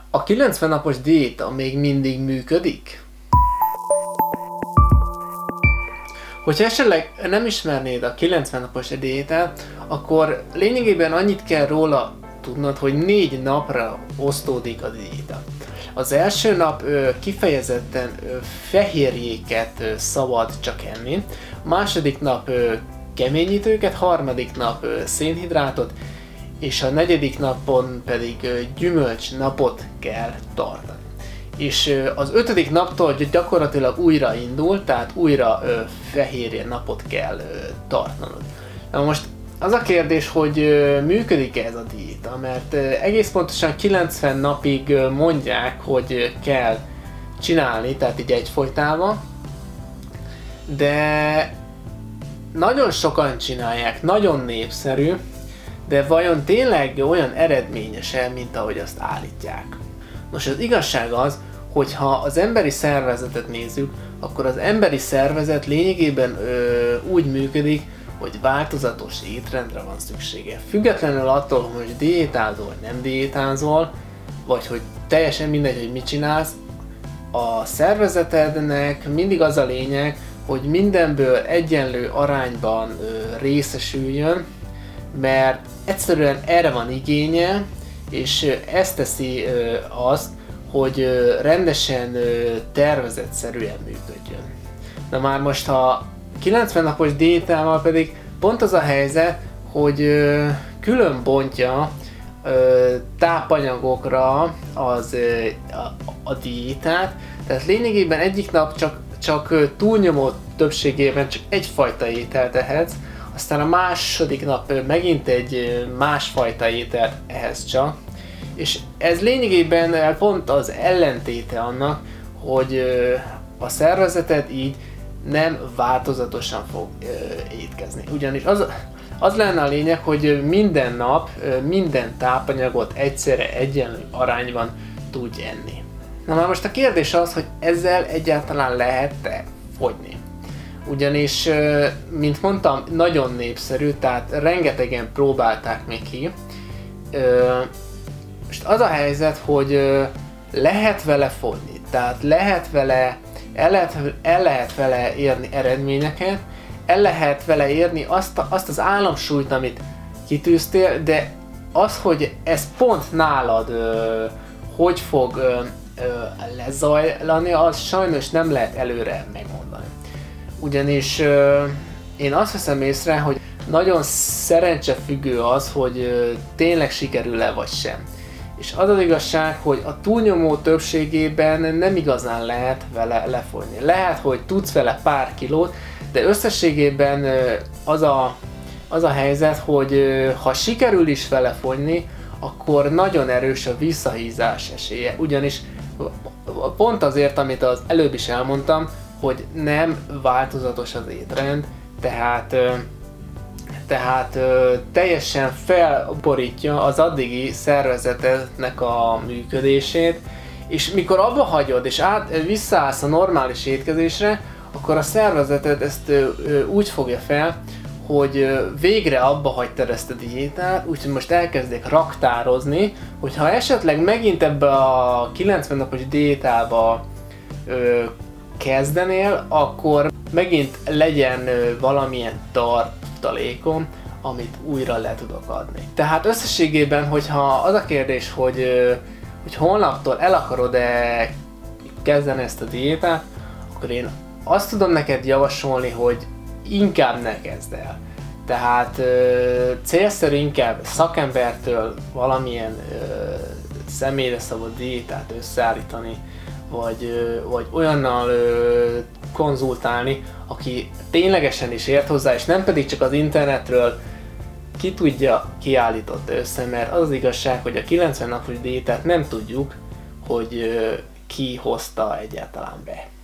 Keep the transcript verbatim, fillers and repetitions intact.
A kilencven napos diéta még mindig működik? Hogyha esetleg nem ismernéd a kilencven napos diétát, akkor lényegében annyit kell róla tudnod, hogy négy napra osztódik a diéta. Az első nap ö, kifejezetten ö, fehérjéket ö, szabad csak enni, a második nap ö, keményítőket, harmadik nap ö, szénhidrátot, és a negyedik napon pedig ö, gyümölcs napot kell tartani. És ö, az ötödik naptól gyakorlatilag újra indul, tehát újra ö, fehérje napot kell ö, tartanod. Na most az a kérdés, hogy ö, működik-e ez a diéta, mert ö, egész pontosan kilencven napig ö, mondják, hogy ö, kell csinálni, tehát így egyfolytában, de nagyon sokan csinálják, nagyon népszerű, de vajon tényleg olyan eredményes-e, mint ahogy azt állítják? Nos, az igazság az, hogy ha az emberi szervezetet nézzük, akkor az emberi szervezet lényegében ö, úgy működik, hogy változatos étrendre van szüksége. Függetlenül attól, hogy diétázol vagy nem diétázol, vagy hogy teljesen mindegy, hogy mit csinálsz, a szervezetednek mindig az a lényeg, hogy mindenből egyenlő arányban ö, részesüljön, mert egyszerűen erre van igénye, és ö, ez teszi ö, azt, hogy ö, rendesen ö, tervezetszerűen működjön. Na már most, ha kilencven napos diétával pedig pont az a helyzet, hogy ö, külön bontja ö, tápanyagokra az, ö, a, a diétát, tehát lényegében egyik nap csak, csak ö, túlnyomó többségében csak egyfajta ételt ehetsz, aztán a második nap ö, megint egy ö, másfajta ételt ehetsz csak, és ez lényegében pont az ellentéte annak, hogy ö, a szervezeted így nem változatosan fog ö, étkezni. Ugyanis az, az lenne a lényeg, hogy minden nap ö, minden tápanyagot egyszerre egyenlő arányban tudj enni. Na már most a kérdés az, hogy ezzel egyáltalán lehet-e fogyni. Ugyanis, ö, mint mondtam, nagyon népszerű, tehát rengetegen próbálták még ki. Ö, most az a helyzet, hogy ö, lehet vele fogyni, tehát lehet vele El lehet, el lehet vele érni eredményeket, el lehet vele érni azt, a, azt az álomsúlyt, amit kitűztél, de az, hogy ez pont nálad ö, hogy fog ö, ö, lezajlani, az sajnos nem lehet előre megmondani. Ugyanis ö, én azt veszem észre, hogy nagyon szerencsefüggő az, hogy ö, tényleg sikerül-e vagy sem. És az az igazság, hogy a túlnyomó többségében nem igazán lehet vele lefogyni. Lehet, hogy tudsz vele pár kilót, de összességében az a, az a helyzet, hogy ha sikerül is vele fogyni, akkor nagyon erős a visszahízás esélye. Ugyanis pont azért, amit az előbb is elmondtam, hogy nem változatos az étrend, tehát tehát ö, teljesen felborítja az addigi szervezetednek a működését, és mikor abba hagyod és át, visszaállsz a normális étkezésre, akkor a szervezeted ezt ö, ö, úgy fogja fel, hogy ö, végre abba hagytad ezt a diétát, úgyhogy most elkezdek raktározni, hogyha esetleg megint ebbe a kilencven napos diétába ö, kezdenél, akkor megint legyen ö, valamilyen tart, tartalékom, amit újra le tudok adni. Tehát összességében, hogyha az a kérdés, hogy, hogy holnaptól el akarod-e kezdeni ezt a diétát, akkor én azt tudom neked javasolni, hogy inkább ne kezd el. Tehát célszerű inkább szakembertől valamilyen személyre szabott diétát összeállítani, vagy, vagy olyannal konzultálni, aki ténylegesen is ért hozzá, és nem pedig csak az internetről ki tudja kiállította össze, mert az az igazság, hogy a kilencven napos diétát nem tudjuk, hogy ki hozta egyáltalán be.